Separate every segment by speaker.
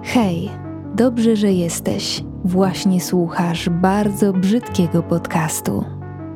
Speaker 1: Hej, dobrze, że jesteś. Właśnie słuchasz bardzo brzydkiego podcastu.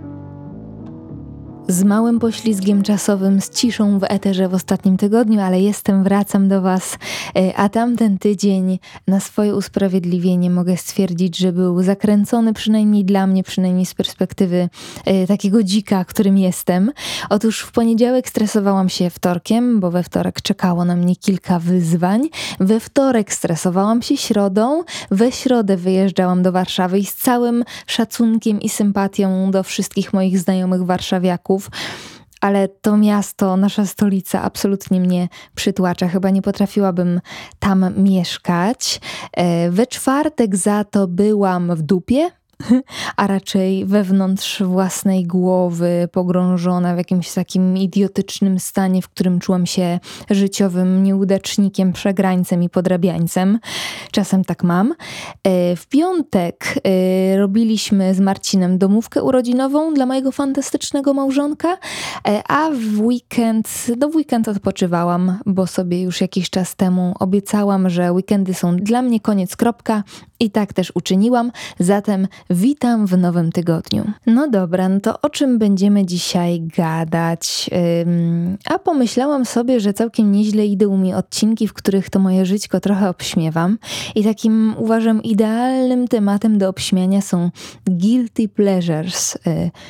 Speaker 1: Z małym poślizgiem czasowym, z ciszą w eterze w ostatnim tygodniu, ale wracam do Was, a tamten tydzień na swoje usprawiedliwienie mogę stwierdzić, że był zakręcony przynajmniej dla mnie, przynajmniej z perspektywy takiego dzika, którym jestem. Otóż w poniedziałek stresowałam się wtorkiem, bo we wtorek czekało na mnie kilka wyzwań. We wtorek stresowałam się środą, we środę wyjeżdżałam do Warszawy i z całym szacunkiem i sympatią do wszystkich moich znajomych warszawiaków, ale to miasto, nasza stolica absolutnie mnie przytłacza. Chyba nie potrafiłabym tam mieszkać. We czwartek za to byłam w dupie, a raczej wewnątrz własnej głowy, pogrążona w jakimś takim idiotycznym stanie, w którym czułam się życiowym nieudacznikiem, przegrańcem i podrabiańcem. Czasem tak mam. W piątek robiliśmy z Marcinem domówkę urodzinową dla mojego fantastycznego małżonka, a w weekend odpoczywałam, bo sobie już jakiś czas temu obiecałam, że weekendy są dla mnie koniec, kropka. I tak też uczyniłam, zatem witam w nowym tygodniu. No dobra, no to o czym będziemy dzisiaj gadać? A pomyślałam sobie, że całkiem nieźle idą mi odcinki, w których to moje żyćko trochę obśmiewam. I takim, uważam, idealnym tematem do obśmiania są guilty pleasures,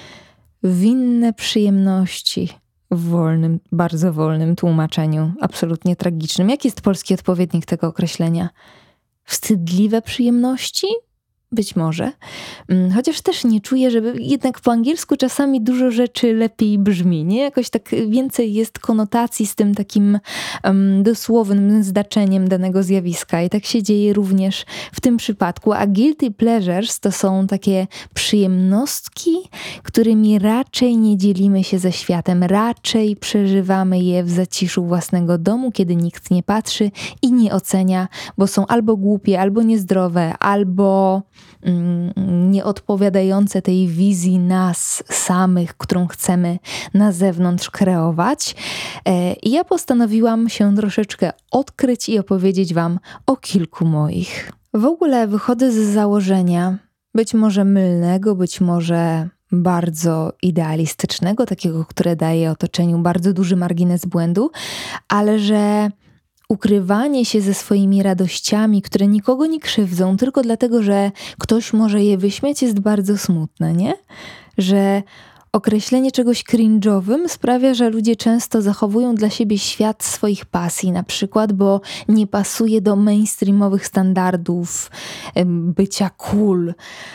Speaker 1: winne przyjemności. W wolnym, bardzo wolnym tłumaczeniu, absolutnie tragicznym. Jaki jest polski odpowiednik tego określenia? Wstydliwe przyjemności? Być może. Chociaż też nie czuję, żeby jednak po angielsku czasami dużo rzeczy lepiej brzmi, nie? Jakoś tak więcej jest konotacji z tym takim dosłownym znaczeniem danego zjawiska i tak się dzieje również w tym przypadku. A guilty pleasures to są takie przyjemnostki, którymi raczej nie dzielimy się ze światem, raczej przeżywamy je w zaciszu własnego domu, kiedy nikt nie patrzy i nie ocenia, bo są albo głupie, albo niezdrowe, albo nieodpowiadające tej wizji nas samych, którą chcemy na zewnątrz kreować. I ja postanowiłam się troszeczkę odkryć i opowiedzieć Wam o kilku moich. W ogóle wychodzę z założenia, być może mylnego, być może bardzo idealistycznego, takiego, które daje otoczeniu bardzo duży margines błędu, ale że ukrywanie się ze swoimi radościami, które nikogo nie krzywdzą, tylko dlatego, że ktoś może je wyśmiać, jest bardzo smutne, nie? Że określenie czegoś cringe'owym sprawia, że ludzie często zachowują dla siebie świat swoich pasji, na przykład, bo nie pasuje do mainstreamowych standardów bycia cool.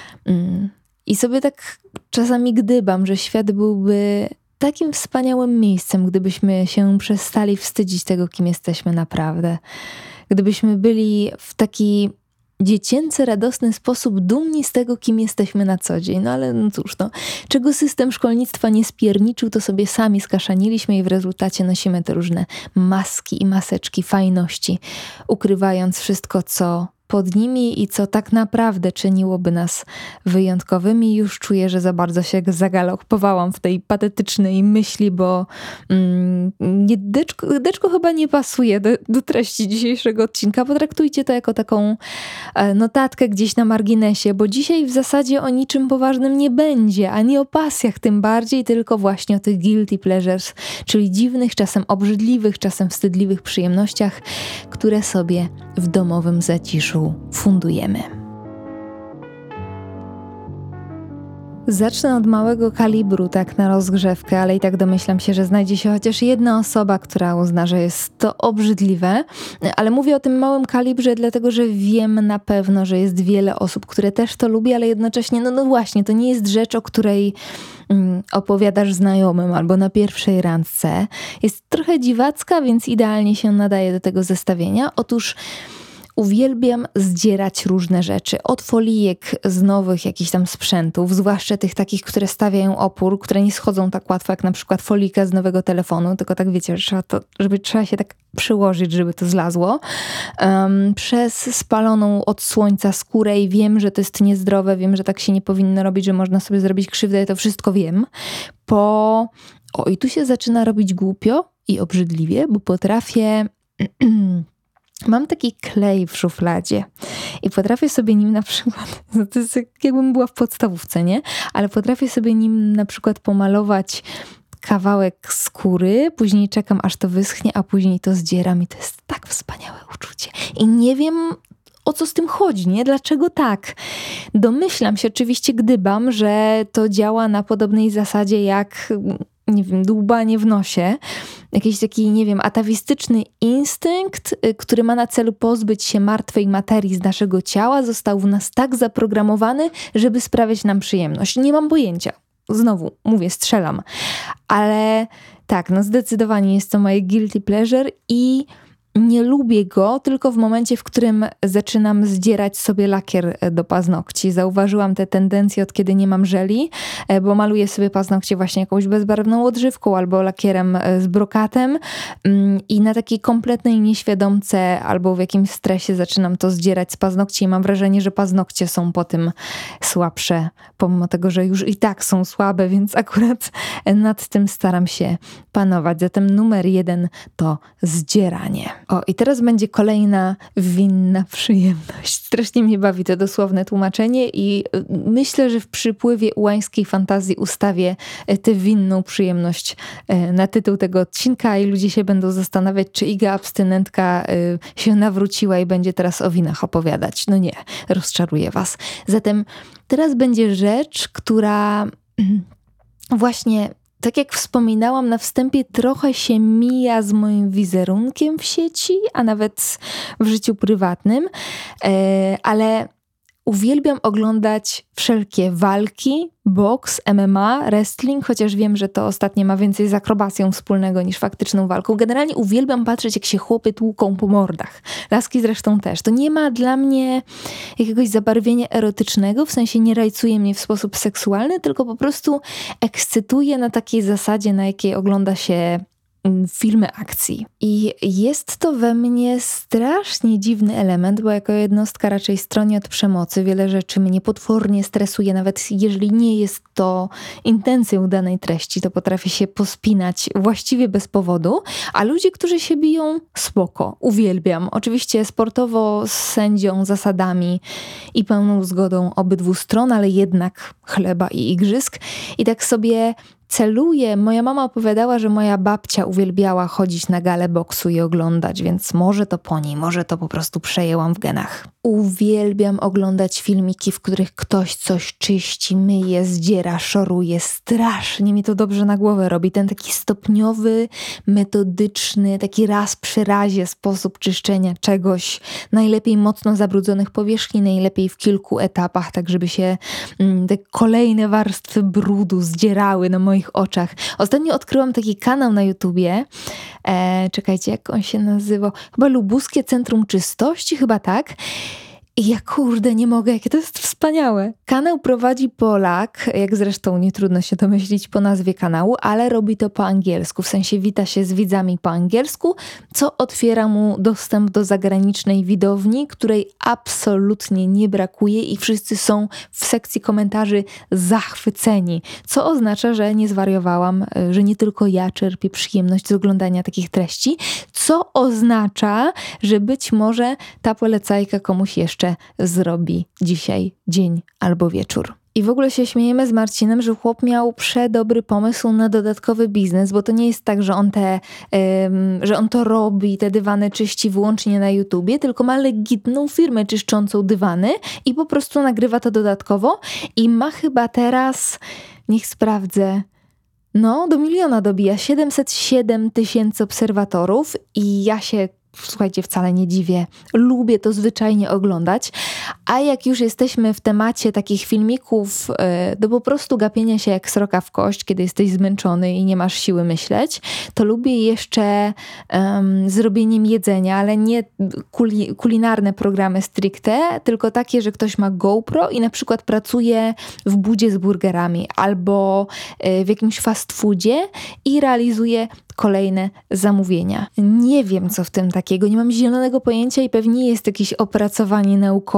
Speaker 1: I sobie tak czasami gdybam, że świat byłby takim wspaniałym miejscem, gdybyśmy się przestali wstydzić tego, kim jesteśmy naprawdę. Gdybyśmy byli w taki dziecięcy, radosny sposób dumni z tego, kim jesteśmy na co dzień. No ale no cóż, czego system szkolnictwa nie spierniczył, to sobie sami skaszaniliśmy i w rezultacie nosimy te różne maski i maseczki fajności, ukrywając wszystko, co pod nimi i co tak naprawdę czyniłoby nas wyjątkowymi. Już czuję, że za bardzo się zagalopowałam w tej patetycznej myśli, bo deczko chyba nie pasuje do treści dzisiejszego odcinka. Potraktujcie to jako taką notatkę gdzieś na marginesie, bo dzisiaj w zasadzie o niczym poważnym nie będzie, ani o pasjach tym bardziej, tylko właśnie o tych guilty pleasures, czyli dziwnych, czasem obrzydliwych, czasem wstydliwych przyjemnościach, które sobie w domowym zaciszu fundujemy. Zacznę od małego kalibru, tak na rozgrzewkę, ale i tak domyślam się, że znajdzie się chociaż jedna osoba, która uzna, że jest to obrzydliwe. Ale mówię o tym małym kalibrze, dlatego że wiem na pewno, że jest wiele osób, które też to lubi, ale jednocześnie, no właśnie, to nie jest rzecz, o której opowiadasz znajomym albo na pierwszej randce. Jest trochę dziwacka, więc idealnie się nadaje do tego zestawienia. Otóż uwielbiam zdzierać różne rzeczy, od folijek z nowych jakichś tam sprzętów, zwłaszcza tych takich, które stawiają opór, które nie schodzą tak łatwo jak na przykład folika z nowego telefonu, tylko tak wiecie, że trzeba się tak przyłożyć, żeby to zlazło. Przez spaloną od słońca skórę i wiem, że to jest niezdrowe, wiem, że tak się nie powinno robić, że można sobie zrobić krzywdę, ja to wszystko wiem. I tu się zaczyna robić głupio i obrzydliwie, bo potrafię Mam taki klej w szufladzie i potrafię sobie nim na przykład, no to jest jakbym była w podstawówce, nie? Ale potrafię sobie nim na przykład pomalować kawałek skóry, później czekam aż to wyschnie, a później to zdzieram i to jest tak wspaniałe uczucie. I nie wiem, o co z tym chodzi, nie? Dlaczego tak? Domyślam się, oczywiście gdybam, że to działa na podobnej zasadzie jak, nie wiem, dłubanie w nosie. Jakiś taki, nie wiem, atawistyczny instynkt, który ma na celu pozbyć się martwej materii z naszego ciała, został w nas tak zaprogramowany, żeby sprawiać nam przyjemność. Nie mam pojęcia. Znowu, mówię, strzelam. Ale tak, no zdecydowanie jest to moje guilty pleasure i nie lubię go tylko w momencie, w którym zaczynam zdzierać sobie lakier do paznokci. Zauważyłam tę tendencję od kiedy nie mam żeli, bo maluję sobie paznokcie właśnie jakąś bezbarwną odżywką albo lakierem z brokatem i na takiej kompletnej nieświadomce albo w jakimś stresie zaczynam to zdzierać z paznokci i mam wrażenie, że paznokcie są po tym słabsze, pomimo tego, że już i tak są słabe, więc akurat nad tym staram się panować. Zatem numer 1 to zdzieranie. O, i teraz będzie kolejna winna przyjemność. Strasznie mnie bawi to dosłowne tłumaczenie i myślę, że w przypływie ułańskiej fantazji ustawię tę winną przyjemność na tytuł tego odcinka i ludzie się będą zastanawiać, czy Iga abstynentka się nawróciła i będzie teraz o winach opowiadać. No nie, rozczaruję was. Zatem teraz będzie rzecz, która właśnie, tak jak wspominałam na wstępie, trochę się mija z moim wizerunkiem w sieci, a nawet w życiu prywatnym, ale uwielbiam oglądać wszelkie walki, boks, MMA, wrestling, chociaż wiem, że to ostatnie ma więcej z akrobacją wspólnego niż faktyczną walką. Generalnie uwielbiam patrzeć, jak się chłopy tłuką po mordach. Laski zresztą też. To nie ma dla mnie jakiegoś zabarwienia erotycznego, w sensie nie rajcuje mnie w sposób seksualny, tylko po prostu ekscytuje na takiej zasadzie, na jakiej ogląda się filmy akcji. I jest to we mnie strasznie dziwny element, bo jako jednostka raczej stronię od przemocy. Wiele rzeczy mnie potwornie stresuje, nawet jeżeli nie jest to intencją danej treści, to potrafię się pospinać właściwie bez powodu, a ludzie, którzy się biją, spoko, uwielbiam. Oczywiście sportowo, z sędzią, zasadami i pełną zgodą obydwu stron, ale jednak chleba i igrzysk. I tak sobie celuję. Moja mama opowiadała, że moja babcia uwielbiała chodzić na galę boksu i oglądać, więc może to po niej, może to po prostu przejęłam w genach. Uwielbiam oglądać filmiki, w których ktoś coś czyści, myje, zdziera, szoruje. Strasznie mi to dobrze na głowę robi. Ten taki stopniowy, metodyczny, taki raz przy razie sposób czyszczenia czegoś. Najlepiej mocno zabrudzonych powierzchni, najlepiej w kilku etapach, tak żeby się te kolejne warstwy brudu zdzierały na moich oczach. Ostatnio odkryłam taki kanał na YouTubie. Czekajcie, jak on się nazywał? Chyba Lubuskie Centrum Czystości, chyba tak. I ja kurde nie mogę, jakie to jest wspaniałe. Kanał prowadzi Polak, jak zresztą nie trudno się domyślić po nazwie kanału, ale robi to po angielsku, w sensie wita się z widzami po angielsku, co otwiera mu dostęp do zagranicznej widowni, której absolutnie nie brakuje i wszyscy są w sekcji komentarzy zachwyceni, co oznacza, że nie zwariowałam, że nie tylko ja czerpię przyjemność z oglądania takich treści, co oznacza, że być może ta polecajka komuś jeszcze zrobi dzisiaj dzień albo wieczór. I w ogóle się śmiejemy z Marcinem, że chłop miał przedobry pomysł na dodatkowy biznes, bo to nie jest tak, że on to robi, te dywany czyści wyłącznie na YouTubie, tylko ma legitną firmę czyszczącą dywany i po prostu nagrywa to dodatkowo i ma chyba teraz, niech sprawdzę, do 1 miliona dobija, 707 000 obserwatorów i ja się, słuchajcie, wcale nie dziwię. Lubię to zwyczajnie oglądać. A jak już jesteśmy w temacie takich filmików do po prostu gapienia się jak sroka w kość, kiedy jesteś zmęczony i nie masz siły myśleć, to lubię jeszcze zrobieniem jedzenia, ale nie kulinarne programy stricte, tylko takie, że ktoś ma GoPro i na przykład pracuje w budzie z burgerami albo w jakimś fast foodzie i realizuje kolejne zamówienia. Nie wiem, co w tym takiego, nie mam zielonego pojęcia i pewnie jest jakieś opracowanie naukowe na ten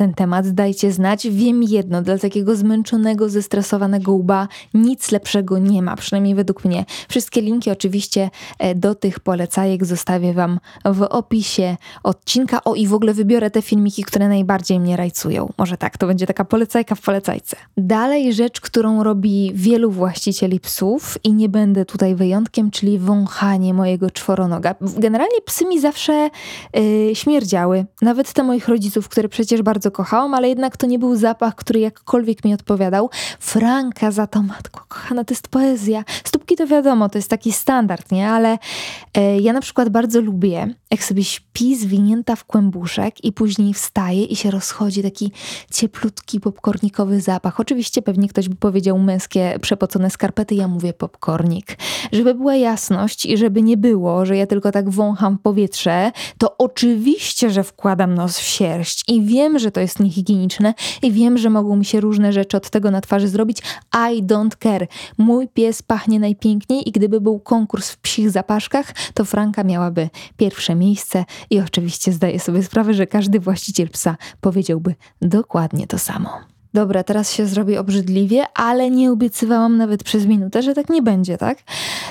Speaker 1: ten temat, dajcie znać. Wiem jedno, dla takiego zmęczonego, zestresowanego łba nic lepszego nie ma, przynajmniej według mnie. Wszystkie linki oczywiście do tych polecajek zostawię wam w opisie odcinka. O, i w ogóle wybiorę te filmiki, które najbardziej mnie rajcują. Może tak, to będzie taka polecajka w polecajce. Dalej rzecz, którą robi wielu właścicieli psów i nie będę tutaj wyjątkiem, czyli wąchanie mojego czworonoga. Generalnie psy mi zawsze śmierdziały. Nawet te moich rodziców, które przecież bardzo kochałam, ale jednak to nie był zapach, który jakkolwiek mi odpowiadał. Franka za to, matko kochana, to jest poezja. Stópki to wiadomo, to jest taki standard, nie? Ale ja na przykład bardzo lubię, jak sobie śpi zwinięta w kłębuszek i później wstaje i się rozchodzi taki cieplutki, popcornikowy zapach. Oczywiście pewnie ktoś by powiedział męskie, przepocone skarpety, ja mówię popcornik. Żeby była jasność i żeby nie było, że ja tylko tak wącham powietrze, to oczywiście, że wkładam nos w sierść i wiem, że to jest niehigieniczne i wiem, że mogą mi się różne rzeczy od tego na twarzy zrobić. I don't care. Mój pies pachnie najpiękniej i gdyby był konkurs w psich zapaszkach, to Franka miałaby pierwsze miejsce i oczywiście zdaję sobie sprawę, że każdy właściciel psa powiedziałby dokładnie to samo. Dobra, teraz się zrobi obrzydliwie, ale nie obiecywałam nawet przez minutę, że tak nie będzie, tak?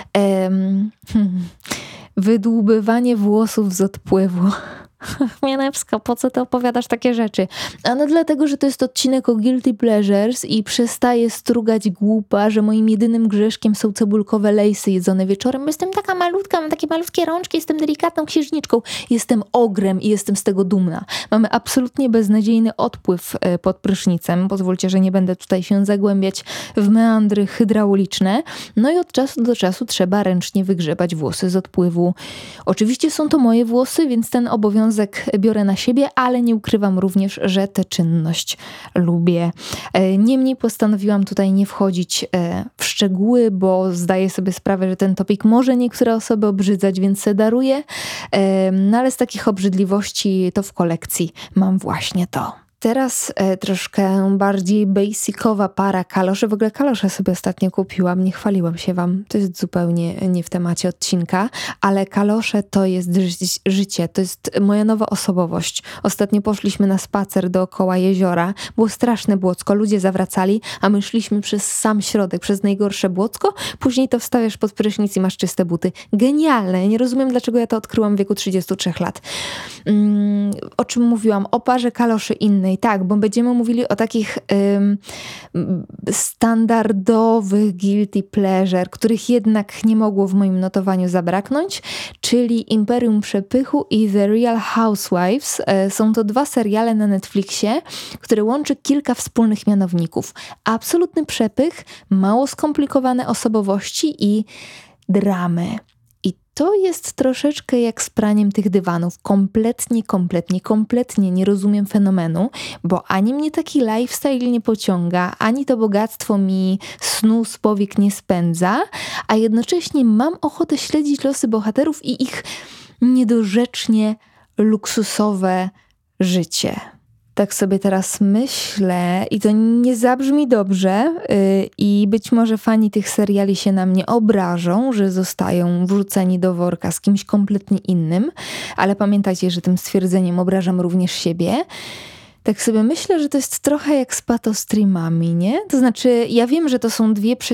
Speaker 1: Wydłubywanie włosów z odpływu. Mianewska, po co ty opowiadasz takie rzeczy? No dlatego, że to jest odcinek o guilty pleasures i przestaję strugać głupa, że moim jedynym grzeszkiem są cebulkowe lejsy jedzone wieczorem. Bo jestem taka malutka, mam takie malutkie rączki, jestem delikatną księżniczką. Jestem ogrem i jestem z tego dumna. Mamy absolutnie beznadziejny odpływ pod prysznicem. Pozwólcie, że nie będę tutaj się zagłębiać w meandry hydrauliczne. No i od czasu do czasu trzeba ręcznie wygrzebać włosy z odpływu. Oczywiście są to moje włosy, więc ten obowiązek biorę na siebie, ale nie ukrywam również, że tę czynność lubię. Niemniej postanowiłam tutaj nie wchodzić w szczegóły, bo zdaję sobie sprawę, że ten topik może niektóre osoby obrzydzać, więc se daruję. No ale z takich obrzydliwości to w kolekcji mam właśnie to. Teraz troszkę bardziej basicowa para kaloszy. W ogóle kalosze sobie ostatnio kupiłam, nie chwaliłam się wam. To jest zupełnie nie w temacie odcinka, ale kalosze to jest życie, to jest moja nowa osobowość. Ostatnio poszliśmy na spacer dookoła jeziora. Było straszne błocko, ludzie zawracali, a my szliśmy przez sam środek, przez najgorsze błocko. Później to wstawiasz pod prysznic i masz czyste buty. Genialne! Nie rozumiem, dlaczego ja to odkryłam w wieku 33 lat. O czym mówiłam? O parze kaloszy innej. Tak, bo będziemy mówili o takich standardowych guilty pleasure, których jednak nie mogło w moim notowaniu zabraknąć, czyli Imperium Przepychu i The Real Housewives. Są to 2 seriale na Netflixie, które łączy kilka wspólnych mianowników. Absolutny przepych, mało skomplikowane osobowości i dramy. To jest troszeczkę jak z praniem tych dywanów. Kompletnie nie rozumiem fenomenu, bo ani mnie taki lifestyle nie pociąga, ani to bogactwo mi snu z powiek nie spędza, a jednocześnie mam ochotę śledzić losy bohaterów i ich niedorzecznie luksusowe życie. Tak sobie teraz myślę i to nie zabrzmi dobrze i być może fani tych seriali się na mnie obrażą, że zostają wrzuceni do worka z kimś kompletnie innym, ale pamiętajcie, że tym stwierdzeniem obrażam również siebie. Tak sobie myślę, że to jest trochę jak z patostreamami, nie? To znaczy, ja wiem, że to są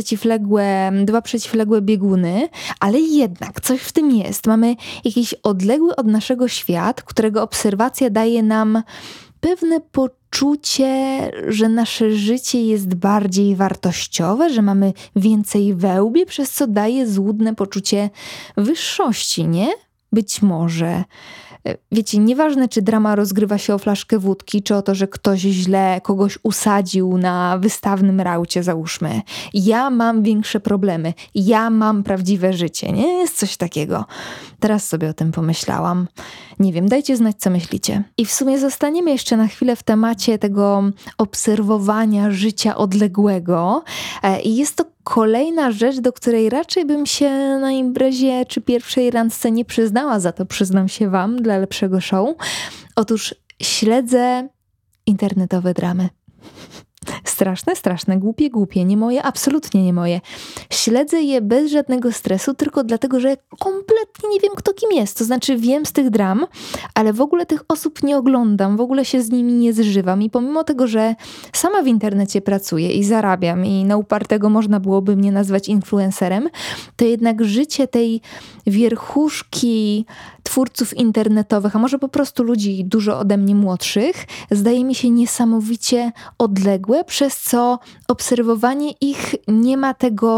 Speaker 1: dwa przeciwległe bieguny, ale jednak coś w tym jest. Mamy jakiś odległy od naszego świat, którego obserwacja daje nam pewne poczucie, że nasze życie jest bardziej wartościowe, że mamy więcej we łbie, przez co daje złudne poczucie wyższości, nie? Być może. Wiecie, nieważne czy drama rozgrywa się o flaszkę wódki, czy o to, że ktoś źle kogoś usadził na wystawnym raucie, załóżmy. Ja mam większe problemy. Ja mam prawdziwe życie, nie? Jest coś takiego. Teraz sobie o tym pomyślałam. Nie wiem, dajcie znać, co myślicie. I w sumie zostaniemy jeszcze na chwilę w temacie tego obserwowania życia odległego. I jest to kolejna rzecz, do której raczej bym się na imprezie czy pierwszej randce nie przyznała, za to przyznam się wam dla lepszego show. Otóż śledzę internetowe dramy. straszne, głupie, nie moje, absolutnie nie moje. Śledzę je bez żadnego stresu, tylko dlatego, że kompletnie nie wiem, kto kim jest. To znaczy wiem z tych dram, ale w ogóle tych osób nie oglądam, w ogóle się z nimi nie zżywam i pomimo tego, że sama w internecie pracuję i zarabiam i na upartego można byłoby mnie nazwać influencerem, to jednak życie tej wierchuszki twórców internetowych, a może po prostu ludzi dużo ode mnie młodszych, zdaje mi się niesamowicie odległe, przez co obserwowanie ich nie ma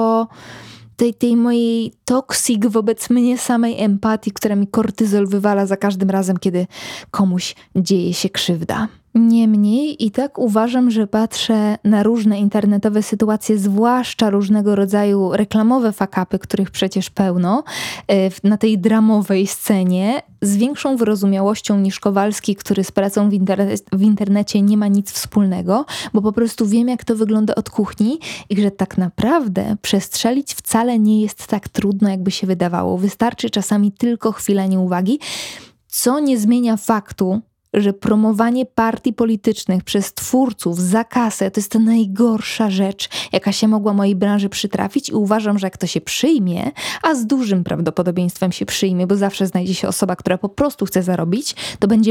Speaker 1: tej mojej toksik wobec mnie samej empatii, która mi kortyzol wywala za każdym razem, kiedy komuś dzieje się krzywda. Niemniej i tak uważam, że patrzę na różne internetowe sytuacje, zwłaszcza różnego rodzaju reklamowe fuck-upy, których przecież pełno, na tej dramowej scenie, z większą wyrozumiałością niż Kowalski, który z pracą w internecie nie ma nic wspólnego, bo po prostu wiem, jak to wygląda od kuchni i że tak naprawdę przestrzelić wcale nie jest tak trudno, jakby się wydawało. Wystarczy czasami tylko chwila nieuwagi, co nie zmienia faktu, że promowanie partii politycznych przez twórców za kasę to jest ta najgorsza rzecz, jaka się mogła mojej branży przytrafić i uważam, że jak to się przyjmie, a z dużym prawdopodobieństwem się przyjmie, bo zawsze znajdzie się osoba, która po prostu chce zarobić, to będzie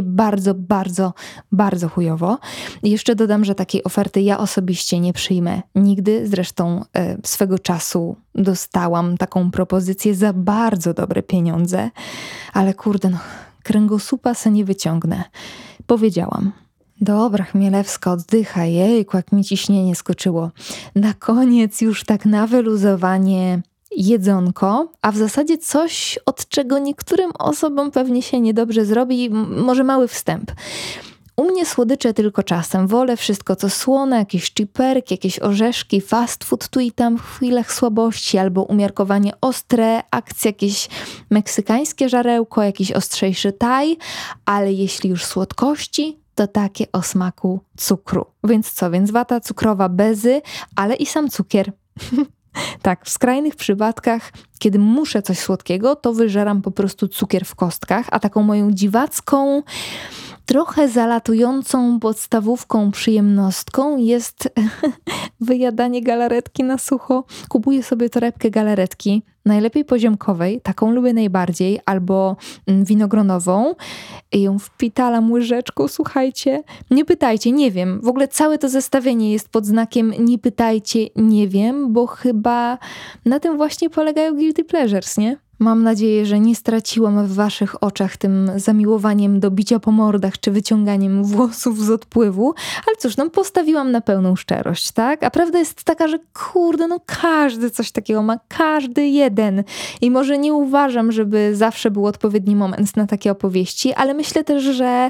Speaker 1: bardzo chujowo. I jeszcze dodam, że takiej oferty ja osobiście nie przyjmę nigdy. Zresztą swego czasu dostałam taką propozycję za bardzo dobre pieniądze, ale kurde kręgosłupa se nie wyciągnę. Powiedziałam. Dobra, Chmielewska, oddychaj, jejku, jak mi ciśnienie skoczyło. Na koniec już tak na wyluzowanie jedzonko, a w zasadzie coś, od czego niektórym osobom pewnie się niedobrze zrobi, może mały wstęp. U mnie słodycze tylko czasem. Wolę wszystko, co słone, jakieś chiperki, jakieś orzeszki, fast food tu i tam w chwilach słabości, albo umiarkowanie ostre, akcje, jakieś meksykańskie żarełko, jakiś ostrzejszy taj, ale jeśli już słodkości, to takie o smaku cukru. Więc co? Więc wata cukrowa bezy, ale i sam cukier. Tak, w skrajnych przypadkach, kiedy muszę coś słodkiego, to wyżeram po prostu cukier w kostkach, a taką moją dziwacką, trochę zalatującą podstawówką przyjemnostką jest wyjadanie galaretki na sucho. Kupuję sobie torebkę galaretki, najlepiej poziomkowej, taką lubię najbardziej, albo winogronową i ją wpitalam łyżeczką, słuchajcie. Nie pytajcie, nie wiem. W ogóle całe to zestawienie jest pod znakiem nie pytajcie, nie wiem, bo chyba na tym właśnie polegają guilty pleasures, nie? Mam nadzieję, że nie straciłam w waszych oczach tym zamiłowaniem do bicia po mordach czy wyciąganiem włosów z odpływu, ale cóż, postawiłam na pełną szczerość, tak? A prawda jest taka, że kurde, każdy coś takiego ma, każdy jeden. I może nie uważam, żeby zawsze był odpowiedni moment na takie opowieści, ale myślę też, że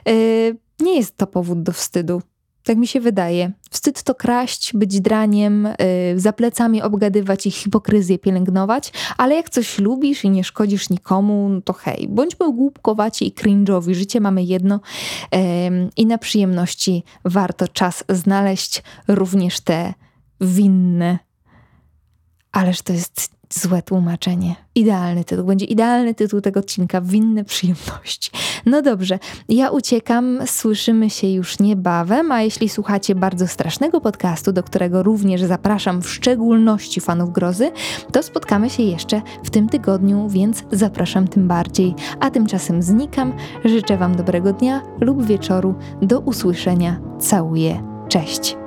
Speaker 1: nie jest to powód do wstydu. Tak mi się wydaje. Wstyd to kraść, być draniem, za plecami obgadywać i hipokryzję pielęgnować, ale jak coś lubisz i nie szkodzisz nikomu, to hej, bądźmy głupkowaci i cringe'owi. Życie mamy jedno i na przyjemności warto czas znaleźć, również te winne. Ależ to jest złe tłumaczenie. Idealny tytuł. Będzie idealny tytuł tego odcinka. Winne przyjemności. No dobrze. Ja uciekam. Słyszymy się już niebawem, a jeśli słuchacie bardzo strasznego podcastu, do którego również zapraszam w szczególności fanów grozy, to spotkamy się jeszcze w tym tygodniu, więc zapraszam tym bardziej. A tymczasem znikam. Życzę wam dobrego dnia lub wieczoru. Do usłyszenia. Całuję. Cześć.